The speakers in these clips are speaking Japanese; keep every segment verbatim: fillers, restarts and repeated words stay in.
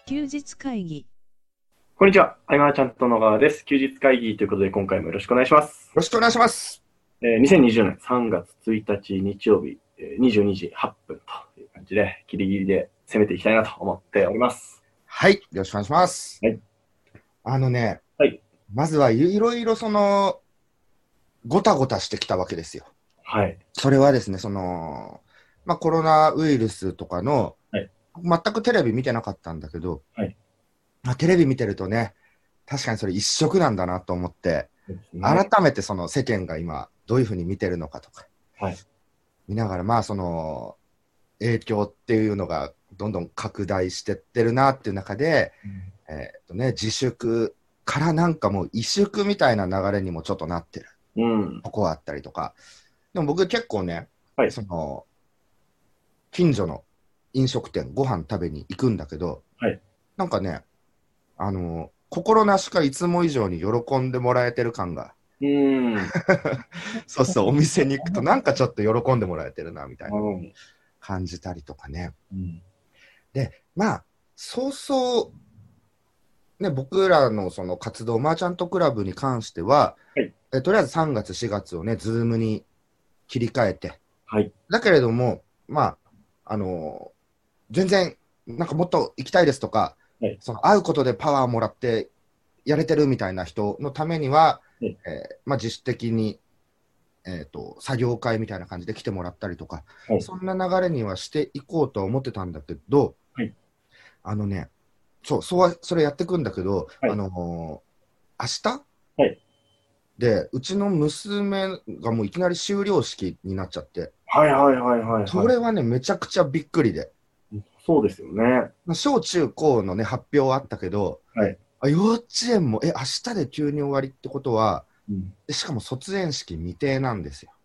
休日会議。 こんにちは。あいまーちゃんと野川です。休日会議ということで今回もよろしくお願いします。 よろしくお願いします。 えー、にせんにじゅうねんさんがつついたち日曜日、えー、にじゅうにじはっぷんという感じで、ギリギリで攻めていきたいなと思っております。 はい。よろしくお願いします。 はい。 あのね、 はい。 まずはいろいろその、ごたごたしてきたわけですよ。 はい。 それはですね、その、まあコロナウイルスとかの、 はい、 全くテレビ見てなかったんだけど、 はい、 まあ、テレビ見てるとね、確かにそれ一色なんだなと思って、ね、改めてその世間が今どういうふうに見てるのかとか、 はい、 見ながら、まあその影響っていうのがどんどん拡大してってるなっていう中で、うん、えーっとね、自粛からなんかもう萎縮みたいな流れにもちょっとなってる、 うん、 とこあったりとか。でも僕結構ね、 はい、 その近所の飲食店ご飯食べに行くんだけど、 はい、 なんかね、あの心なしかいつも以上に喜んでもらえてる感が、 うーんそうそう、お店に行くとなんかちょっと喜んでもらえてるなみたいな感じたりとかね、 うん、 でまあそうそうね、僕らのその活動マーチャントクラブに関しては、 はい、 えとりあえずさんがつしがつをねズームに切り替えて、 はい、 だけれどもまああのー、全然なんかもっと行きたいですとか、はい、その会うことでパワーをもらってやれてるみたいな人のためには、はい、えーまあ、自主的に、えーと、作業会みたいな感じで来てもらったりとか、はい、そんな流れにはしていこうとは思ってたんだけど、はい、あのね、そう、そうそれやっていくんだけど、はい、あのー、明日、はい、でうちの娘がもういきなり修了式になっちゃって、 はいはいはいはい、はい、 それはねめちゃくちゃびっくりで。 そうですよね。 小中高のね発表あったけど、はい、あ幼稚園もえ明日で急に終わりってことは、うん、しかも卒園式未定なんですよ。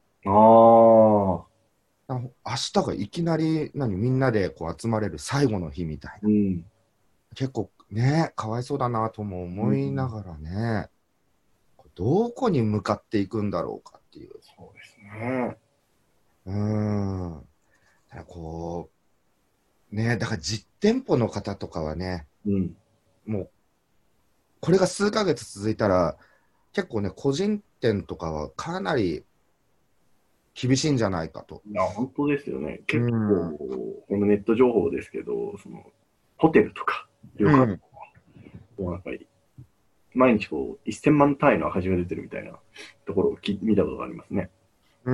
ああ。明日がいきなり何みんなでこう集まれる最後の日みたいな、うん、結構ねかわいそうだなとも思いながらね、うん、どこに向かっていくんだろうかっていう。 そうですね。 うーん。だからこうね、だから実店舗の方とかはね、うん、もうこれが数ヶ月続いたら結構ね個人店とかはかなり厳しいんじゃないかと。 いや本当ですよね。結構、うん、このネット情報ですけど、そのホテルとか旅館とか、うん、もうやっぱり毎日こうせんまん単位の赤字が出てるみたいなところを見たことがありますね。 うん。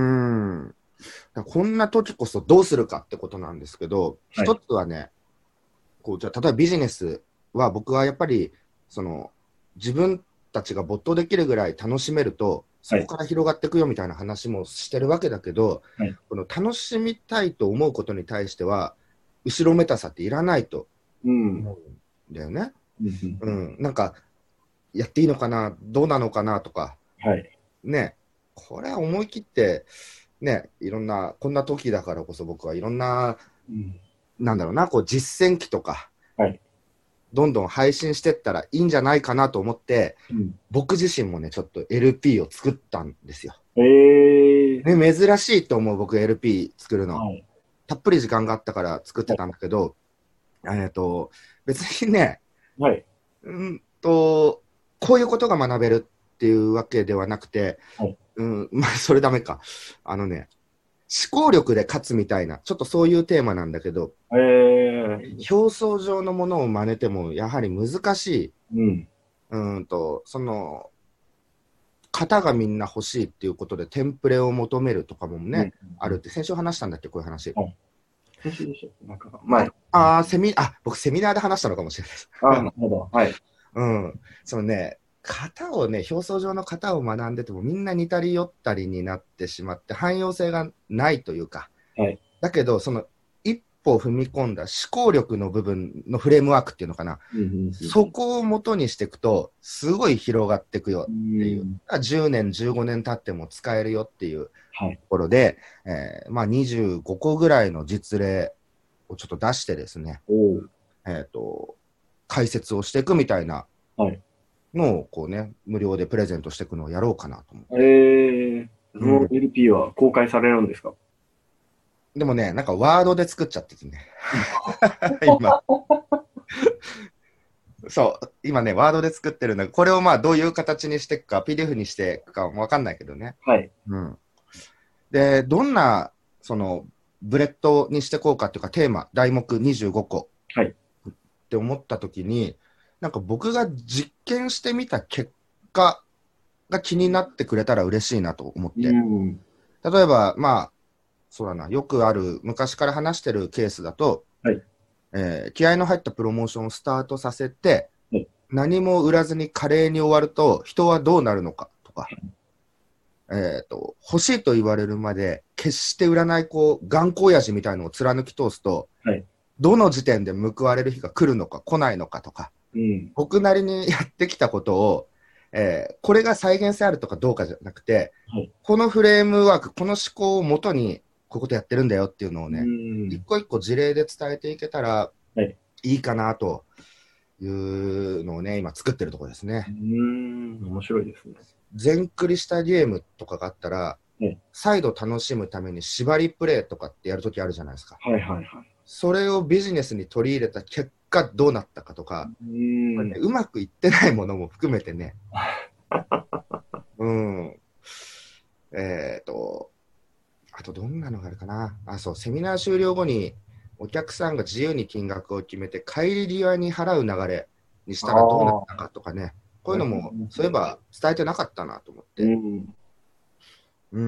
こんな時こそどうするかってことなんですけど、はい、一つはね、こうじゃあ例えばビジネスは僕はやっぱりその自分たちが没頭できるぐらい楽しめるとそこから広がっていくよみたいな話もしてるわけだけど、はい、この楽しみたいと思うことに対しては後ろめたさっていらないと思うんだよね。うんうん、なんかやっていいのかなどうなのかなとか、はい、ね、これは思い切ってね、いろんなこんな時だからこそ僕はいろんな、うん、なんだろうなこう実践機とか、はい、どんどん配信してったらいいんじゃないかなと思って、うん、僕自身もねちょっと エルピー を作ったんですよ。へー、ね、珍しいと思う僕 エルピー 作るの、はい、たっぷり時間があったから作ってたんだけど、はい、えっと別にね、はい、うんとこういうことが学べるっていうわけではなくて、はい、うん、まあそれダメか、あのね思考力で勝つみたいなちょっとそういうテーマなんだけど、えー、表層上のものを真似てもやはり難しい、うん、うんとその型がみんな欲しいっていうことでテンプレを求めるとかもね、うん、あるって先週話したんだっけこういう話、はい、 先週でしょなんか前ああセミあ僕セミナーで話したのかもしれないですあなるほどはいうんそのね型をね表層上の型を学んでてもみんな似たり寄ったりになってしまって汎用性がないというか、はい、だけどその一歩踏み込んだ思考力の部分のフレームワークっていうのかな、うんうんうん、そこを元にしていくとすごい広がっていくよっていう、うん、じゅうねんじゅうごねん経っても使えるよっていうところで、はい、えーまあ、にじゅうごこぐらいの実例をちょっと出してですね、えーと、解説をしていくみたいな、はいのをこうね、無料でプレゼントしていくのをやろうかなと思って。 えー、その エルピー は公開されるんですか？ でもね、なんかワードで作っちゃっててね。今。 そう、今ね、ワードで作ってるんだけど、これをまあどういう形にしていくか、ピーディーエフ にしていくかわかんないけどね。 はい。 うん。で、どんな、その、ブレッドにしていこうかっていうか、テーマ、題目にじゅうごこはい。 って思ったときに、なんか僕が実験してみた結果が気になってくれたら嬉しいなと思って。 うん。 例えば、まあ、そうだな、よくある、昔から話してるケースだと、 はい。 えー気合の入ったプロモーションをスタートさせて、 はい。 何も売らずに華麗に終わると、人はどうなるのかとか、えーと、欲しいと言われるまで、決して売らない、こう、頑固親父みたいのを貫き通すと、 はい。 どの時点で報われる日が来るのか来ないのかとか、 うん。 僕なりにやってきたことを、えーこれが再現性あるとかどうかじゃなくて、 はい。 このフレームワーク、この思考をもとに、こういうことやってるんだよっていうのをうね、一ん。 個一個事例で伝えていけたらはい。 いいかなというのをね、今作ってるところですうね。 ん。面白いですね。 全クリしたゲームとかがあったら、 はい。 再度楽しむために縛りプレイとかってやるときあるじゃないですか。 はい。はい。はい。 それをビジネスに取り入れた結果どうなったかとか、 うこれね、 ん。 うまくいってないものも含めてね、うん。えっと、あとどんなのがあるかな。あ、そう、セミナー終了後にお客さんが自由に金額を決めて帰り際に払う流れにしあたらどうなっあ。 たかとかね、こういうなるのもほどですね。 そういえば伝えてなかったなと思っうて。 ん。 うん。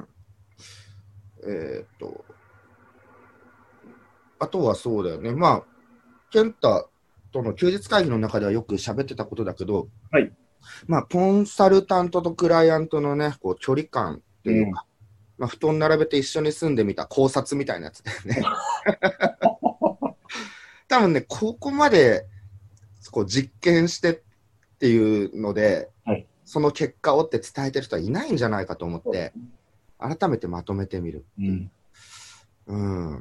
えっと、あとはそうだよね。まあ、健太との休日会議の中ではよく喋ってたことだけど、 はい。 まあ、コンサルタントとクライアントのね、こう距離感とうん。 いうか、まあ、布団並べて一緒に住んでみた考察みたいなやつだよね。多分ね、ここまでこう実験してっていうので、 はい。 その結果をって伝えてる人はいないんじゃないかと思って、 そうですね。 改めてまとめてみるっていう。 うん。 うん。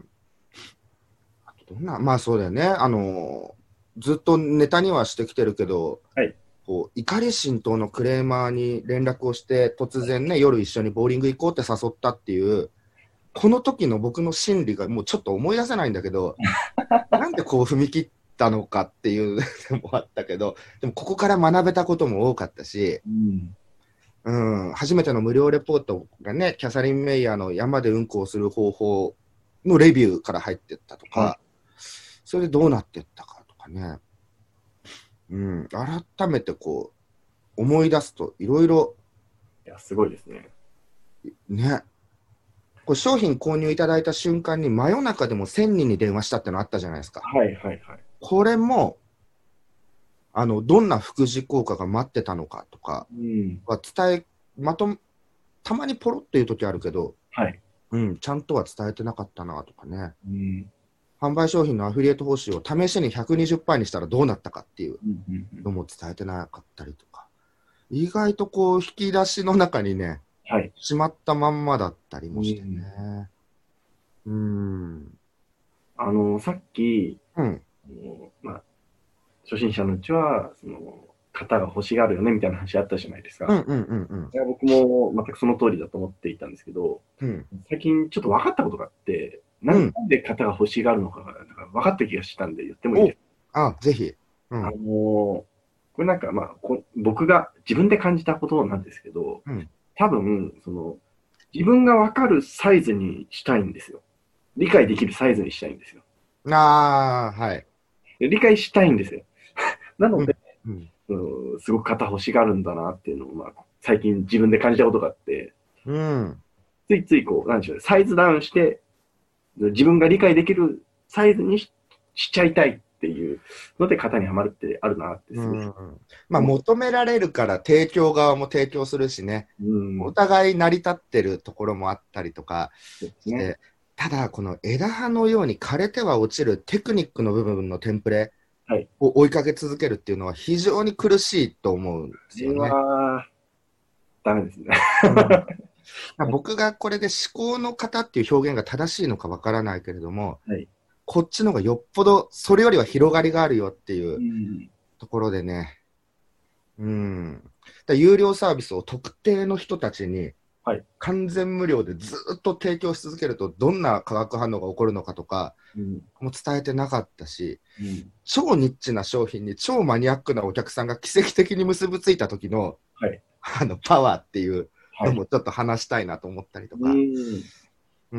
あとどんな、まあそうだよね。あの、ずっとネタにはしてきてるけど、 はい。 こう怒り心頭のクレーマーに連絡をして、突然ね、夜一緒にボーリング行こうって誘ったっていう、この時の僕の心理がもうちょっと思い出せないんだけど、なんでこう踏み切ったのかっていうのもあったけど、でもここから学べたことも多かったし、 うん。 うん、初めての無料レポートがね、キャサリン・メイヤーの山でうんこをする方法のレビューから入ってったとはい。 か、それでどうなってったかとかね、うん、改めてこう思い出すといろいろいや、すごいですね。 ね、これ商品購入いただいた瞬間に真夜中でもせんにんに電話したってのあったじゃないですか。 はい。はい。はい。 これもあのどんな副次効果が待ってたのかとかうん。 は伝え、まとたまにポロっていう時あるけど、 はい。 うん、ちゃんとは伝えてなかったなとかね。 うん。 販売商品のアフィリエイト報酬を試しに ひゃくにじゅっパーセント にしたらどうなったかっていううん。うん。うん。 のも伝えてなかったりとか。意外とこう引き出しの中にね、 はい。 しまったまんまだったりうもしてん。 ね。うーん。 あの、さっき、 うん。 あのまあ、初心者のうちは、その、型が欲しがるよねみたいな話あったじゃないですか。 うんうんうんうん。 いや僕も全くその通りだと思っていたんですけど、 うん。 最近ちょっと分かったことがあって、なうん。 んで型が欲しがるのかがなんか分かった気がしたんで言ってもいいでお、 すあ、ぜひ。うか？あん。 のこれなんかまあこ、僕が自分で感じたことなんですけど、 うん。 多分、その、自分が分かるサイズにしたいんですよ。理解できるサイズにしたいんですよ。 ああ、はい。 理解したいんですよ。なので、 うん。うん。 うん、すごく型欲しがるんだなっていうのを、まあ、最近自分で感じたことがあって、 うん。 ついついこう、なんでしょうね、サイズダウンして、自分が理解できるサイズに し, しちゃいたいっていうので型にはまるってあるなってうすごいん。まあ、 思っ求められるから提供側も提供するしね。 う。うん。 お互い成り立ってるところもあったりとかそうですね。 して、ただ、この枝葉のように枯れては落ちるテクニックの部分のテンプレはい。 を追いかけ続けるっていうのは非常に苦しいと思うんですこれよね。 は、ダメですね。 うん、僕がこれで思考の型っていう表現が正しいのかわからないけれども、 はい。 こっちの方がよっぽどそれよりは広がりがあるよっていううん。 ところでね、うん、だ有料サービスを特定の人たちにはい、 完全無料でずっと提供し続けるとどんな化学反応が起こるのかとか、うん、もう伝えてなかったし、うん、超ニッチな商品に超マニアックなお客さんが奇跡的に結びついた時の、はい、あのパワーっていうのもちょっと話したいなと思ったりとか、はい、うん、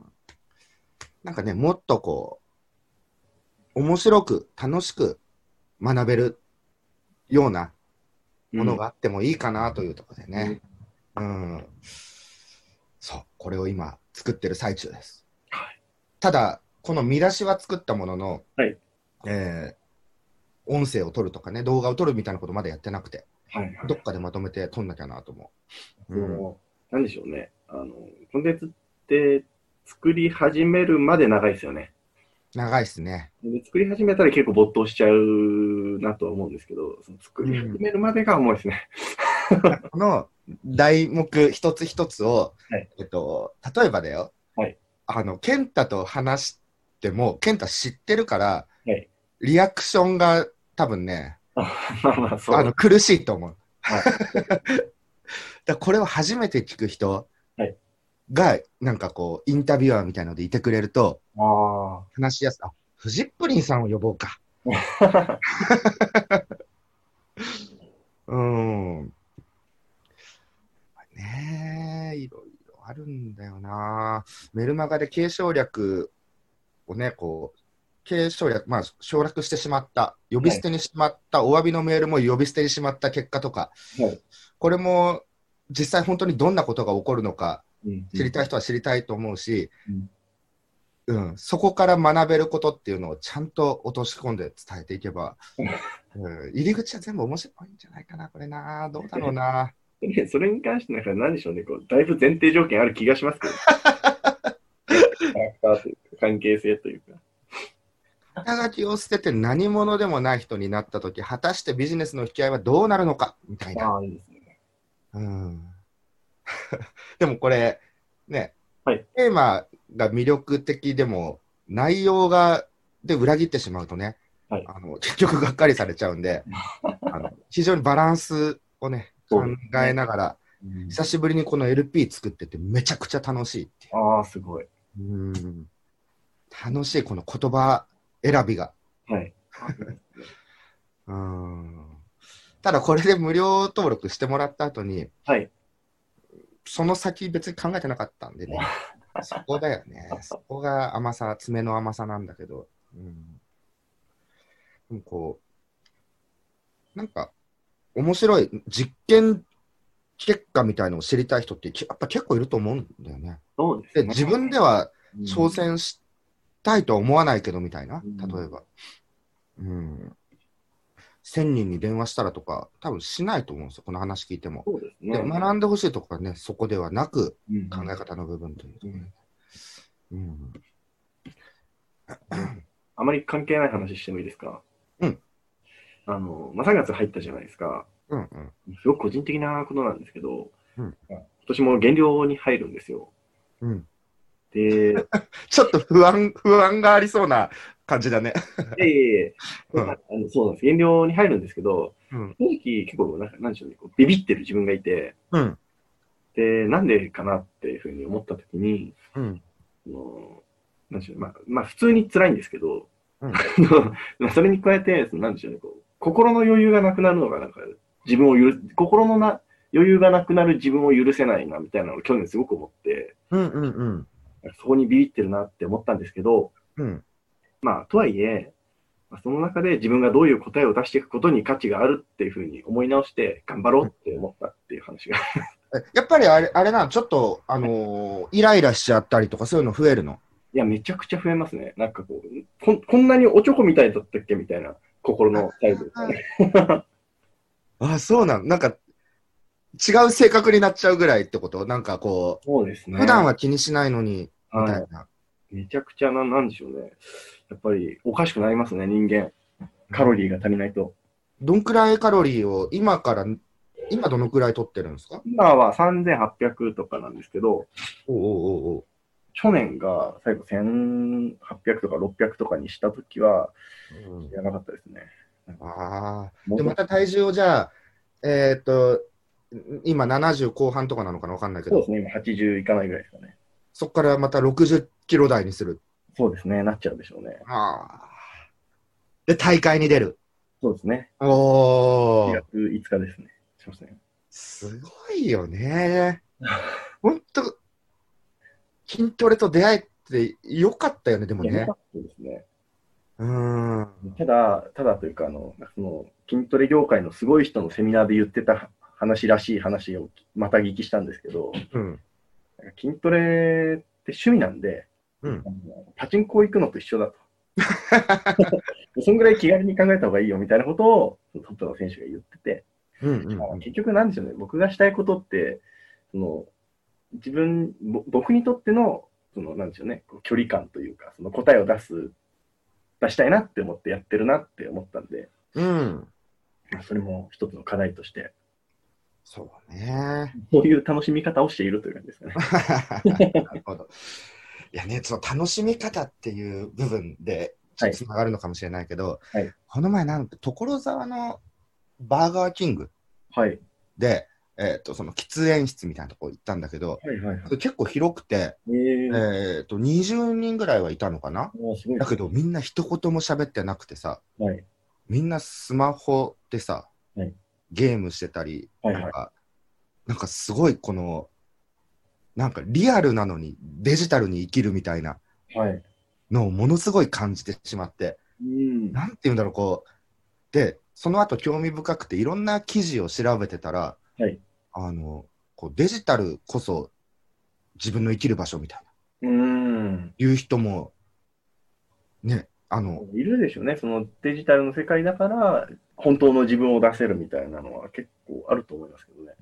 なんかね、もっとこう面白く楽しく学べるようなものがあってもいいかなというところでね、うん、うん、そう、これを今作ってる最中です。はい、ただ、この見出しは作ったものの、はい、えー、音声を撮るとかね、動画を撮るみたいなことまだやってなくて、はいはい、どっかでまとめて撮んなきゃなと思う。 その、うん、なんでしょうね、あの、コンテンツって作り始めるまで長いですよね。 長いですね。 で作り始めたら結構没頭しちゃうなとは思うんですけど、その作り始めるまでが重いですね。 うん、この題目一つ一つを、はい、えっと、例えばだよ、はい、あの、健太と話しても、健太知ってるから、はい、リアクションが多分ね、あの苦しいと思う。はい、だこれを初めて聞く人が、なんかこう、インタビュアーみたいなのでいてくれると、あ話しやすい。あ、フジップリンさんを呼ぼうか。うん。ねえ、いろいろあるんだよな。メルマガで継承略をね、こう、継承略、まあ、省略してしまった、呼び捨てにしまった、はい、お詫びのメールも呼び捨てにしまった結果とか、はい、これも実際本当にどんなことが起こるのか、知りたい人は知りたいと思うし、うんうん、そこから学べることっていうのをちゃんと落とし込んで伝えていけば、うん、入り口は全部面白いんじゃないかな、これな。どうだろうな。 それに関してなんか何でしょうね、こうだいぶ前提条件ある気がしますけど、キャラクターというか、関係性というか。 肩書きを捨てて何者でもない人になったとき、果たしてビジネスの引き合いはどうなるのかみたいな。ああ、いいですね。うん、でもこれ、ね、はい、テーマが魅力的でも、内容がで裏切ってしまうとね、はい、あの結局がっかりされちゃうんで、あの非常にバランスをね、考えながら、ね、うん、久しぶりにこの エルピー 作っててめちゃくちゃ楽しいっていう。 ああ、すごい。 うん、楽しい、この言葉選びが。はい。うん、ただこれで無料登録してもらった後に、はい、その先別に考えてなかったんでね、そこだよね。そこが甘さ、爪の甘さなんだけど、うん、でもこう、なんか面白い実験結果みたいのを知りたい人ってやっぱ結構いると思うんだよね。 そうですね。 で自分では挑戦したいとは思わないけどみたいな、例えば。うん、せんにんに電話したらとか、多分しないと思うんですよ、この話聞いても。そうですね、で学んでほしいところはね、そこではなく、うん、考え方の部分というところで、うんうん、 あまり関係ない話してもいいですか？うん。あの、まあ、さんがつ入ったじゃないですか。うんうん。すごく個人的なことなんですけど、うん、今年も減量に入るんですよ。うん。で、 ちょっと不安、不安がありそうな感じだね。 いやいやいや、うん、あのそうなんです。減量に入るんですけど、うん、正直結構なんか、なんでしょうね、こうビビってる自分がいて、うん、で、なんでかなっていうふうに思ったときに、うん、のなんでしょう、まあ、まあ、普通に辛いんですけど、うん、それに加えて、なんでしょうね、こう心の余裕がなくなるのが、なんか、自分を許す、心のな余裕がなくなる自分を許せないな、みたいなのを去年すごく思って、うんうんうん、そこにビビってるなって思ったんですけど、うん、まあ、とはいえ、その中で自分がどういう答えを出していくことに価値があるっていうふうに思い直して頑張ろうって思ったっていう話が。 やっぱりあれ、あれなの、ちょっと、あのー、イライラしちゃったりとかそういうの増えるの？ いや、めちゃくちゃ増えますね。なんかこう、こ, こんなにおちょこみたいだったっけみたいな心の態度ですね。 あ、そうなの。なんか、違う性格になっちゃうぐらいってこと？なんかこう、 そうですね。 普段は気にしないのに、みたいな。 はい、めちゃくちゃな、なんでしょうね。やっぱりおかしくなりますね、人間。カロリーが足りないと。 どんくらいカロリーを今から、今どのくらい取ってるんですか？ 今はさんぜんはっぴゃくとかなんですけど、おうおうおう、去年が最後せんはっぴゃくとかろっぴゃくとかにしたときは、やばかったですね。 ああ。で、また体重をじゃあ、えー、っと、 今ななじゅうこう半とかなのかな、わかんないけど、 そうですね、今はちじゅういかないぐらいですかね。 そこからまたろくじゅっキロ台にする。 そうですね、なっちゃうでしょうね。 ああ。で、大会に出る。 そうですね。4 おー。 月いつかですね。しますね。 すごいよね。ほんと、筋トレと出会えてよかったよね、でもいや、よね。 かったですね。 うーん。 ただ、ただというか、あの、その筋トレ業界のすごい人のセミナーで言ってた話らしい話をまた聞きしたんですけど、 うん。 なんか筋トレって趣味なんで、 うん。 あのパチンコ行くのと一緒だと。そんぐらい気軽に考えた方がいいよみたいなことをトップの選手が言ってて、 うんうんうん。 結局なんでしょうね、僕がしたいことって、その自分、ぼ僕にとっての、そのなんでしょうね、こう距離感というか、その答えを出す、出したいなって思ってやってるなって思ったんで、 うん。 まあそれも一つの課題として、 そうね。 そういう楽しみ方をしているという感じですかね。 なるほど。いやね、その楽しみ方っていう部分でちょはい。 っとつながるのかもしれないけど、 はい。 この前なんか所沢のバーガーキングはい。 で、えっと、その喫煙室みたいなとこ行ったんだけど、 はい。はい。 それ結構広くて、 えー、 えっと、にじゅうにんぐらいはいたのかな。 あすごいですね。 だけどみんな一言も喋ってなくてさ、 はい。 みんなスマホでさ、 はい。 ゲームしてたり、 はい。はい。 なんか、なんかすごいこの、なんかリアルなのにデジタルに生きるみたいなはい。 のをものすごい感じてしまって、 うん。 なんていうんだろう、こう、で、その後興味深くていろんな記事を調べてたら、 はい。 あの、こうデジタルこそ自分の生きる場所みたいな、 うん。 いう人も、ね、あの、 いるでしょうね。そのデジタルの世界だから、本当の自分を出せるみたいなのは結構あると思いますけどね。 うん、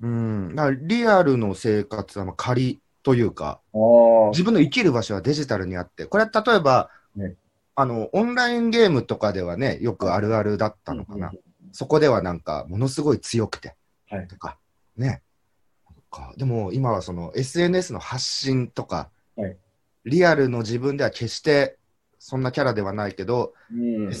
だからリアルの生活はまあ仮というか、 ああ、は自分の生きる場所はデジタルにあって、これは例えば、 い。 あの、オンラインゲームとかではね、よくあるあるだっうんうんうん、 たのかな。そこではなんか、ものすごい強くて、 はい。 とか、ね。かでも今はその エスエヌエス の発信とか、 はい。 リアルの自分では決してそんなキャラではないけど、 うん。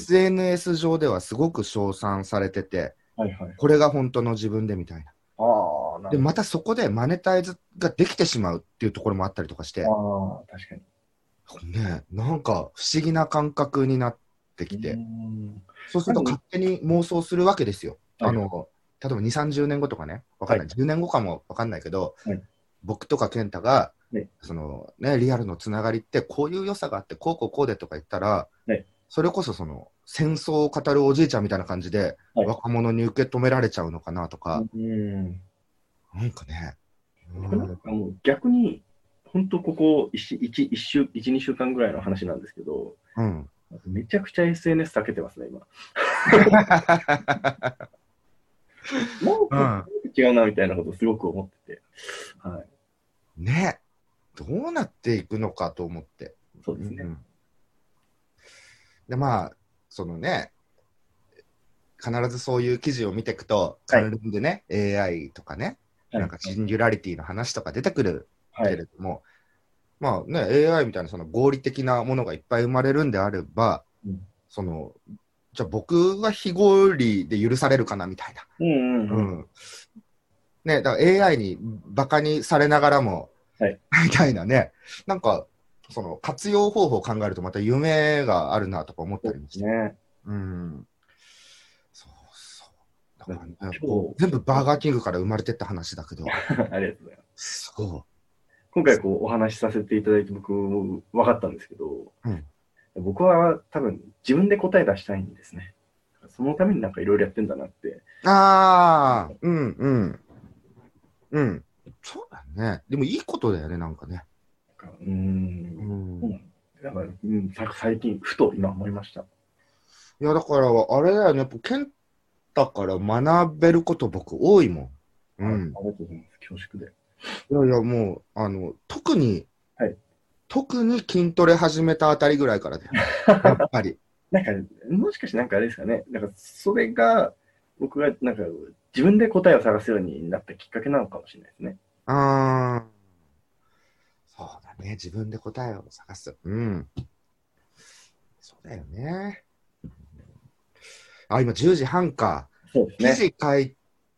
エスエヌエス 上ではすごく称賛されてて、 はいはい。 これが本当の自分でみたいな。 ああ、なで、 るほまたそこでマネタイズができてしまうっていうところもあったりとかしど。 て、 ああ、確かに。 ね、なんか不思議な感覚になってうきて、 ん。 そうするとなんかね、 勝手に妄想するわけですよ。 はいはい。 あの、例えばに、さんじゅうねんごとかね、わかはい。 んない、じゅうねんごかもわかんないけど、 はい。 僕とか健太が、 ね。 そのね、リアルのつながりってこういう良さがあって、こうこうこうでとか言ったら、 ね。 それこそその戦争を語るおじいちゃんみたいな感じで、 はい。 若者に受け止められちゃうのかなとか、 うん。 なんかね、う僕なんん、 かもう逆に、本当ここ1、一一週、いち、にしゅうかんぐらいの話なんですけど、 うん。 めちゃくちゃ エスエヌエス 避けてますね、今。なんかうん、 違うなみたいなことをすごく思ってて。はい。 ね、どうなっていくのかと思って。 そうですね。 うん、で、まあ、そのね、必ずそういう記事を見ていくと、 はい。 関連でね、エーアイ とかね、 はい。 なんかシンギュラリティの話とか出てくるはい。 けれども、まあね、エーアイ みたいなその合理的なものがいっぱい生まれるんであれば、 うん。 その、じゃあ僕は非合理で許されるかなみたいな。 うんうんうん。 うん。ね、だから エーアイ にバカにされながらも、 はい。 みたいなね、なんか、その活用方法を考えるとまた夢があるなとか思っそうでたりもして。 すね。 うん。そうそう。だだからね、こう、 今日、 全部バーガーキングから生まれてった話だけど、 ありがとうございます。 すご今回こうお話しさせていただいて僕分かったんですけど、 い。うん。 僕は多分自分で答え出したいんですね。そのためになんかいろいろやってんだなって。 ああ、うんうん。うん。そうだね。でもいいことだよね、なんかね。 なんかうーん。 うん。 うんなんか、うん、最近ふと今思いました。 いや、だから、あれだよね。やっぱ、健太から学べること僕多いもん。うあ、ありん。 がとうございます。恐縮で。 いやいや、もう、あの、特に、 はい。 特に筋トレ始めたあたりぐらいからだよ。やっぱり。 なんか、もしかしてなんかあれですかね。なんか、それが、僕が、なんか、自分で答えを探すようになったきっかけなのかもしれないですね。 あー、そうだね。自分で答えを探す。うん。そうだよね。あ、今じゅうじはんか。記そうですね。 事書い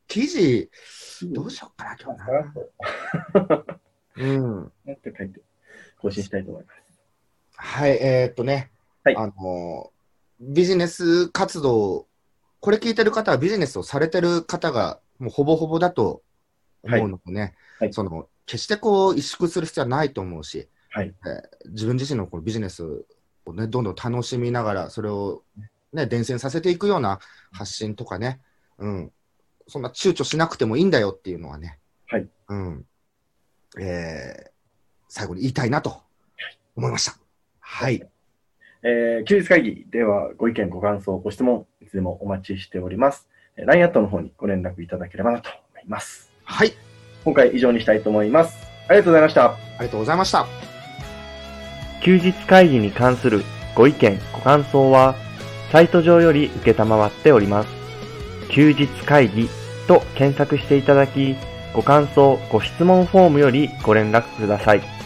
記事、どうしようかな、今日な。うん。 やって書いて、更新したいと思います。 はい、えー、っとね、はい、あの、ビジネス活動、これ聞いてる方はビジネスをされてる方がもうほぼほぼだと思うのでね、はいはい、その決してこう萎縮する必要はないと思うし、はいえー、自分自身のこのビジネスをね、どんどん楽しみながら、それをね、伝染させていくような発信とかね、うん、そんな躊躇しなくてもいいんだよっていうのはね、はいうんえー、最後に言いたいなと思いました。はい。 えー、休日会議ではご意見、ご感想、ご質問、いつでもお待ちしております。ライン アットの方にご連絡いただければなと思います。 はい。 今回以上にしたいと思います。ありがとうございました。 ありがとうございました。 休日会議に関するご意見、ご感想は、サイト上より受けたまわっております。休日会議と検索していただき、ご感想、ご質問フォームよりご連絡ください。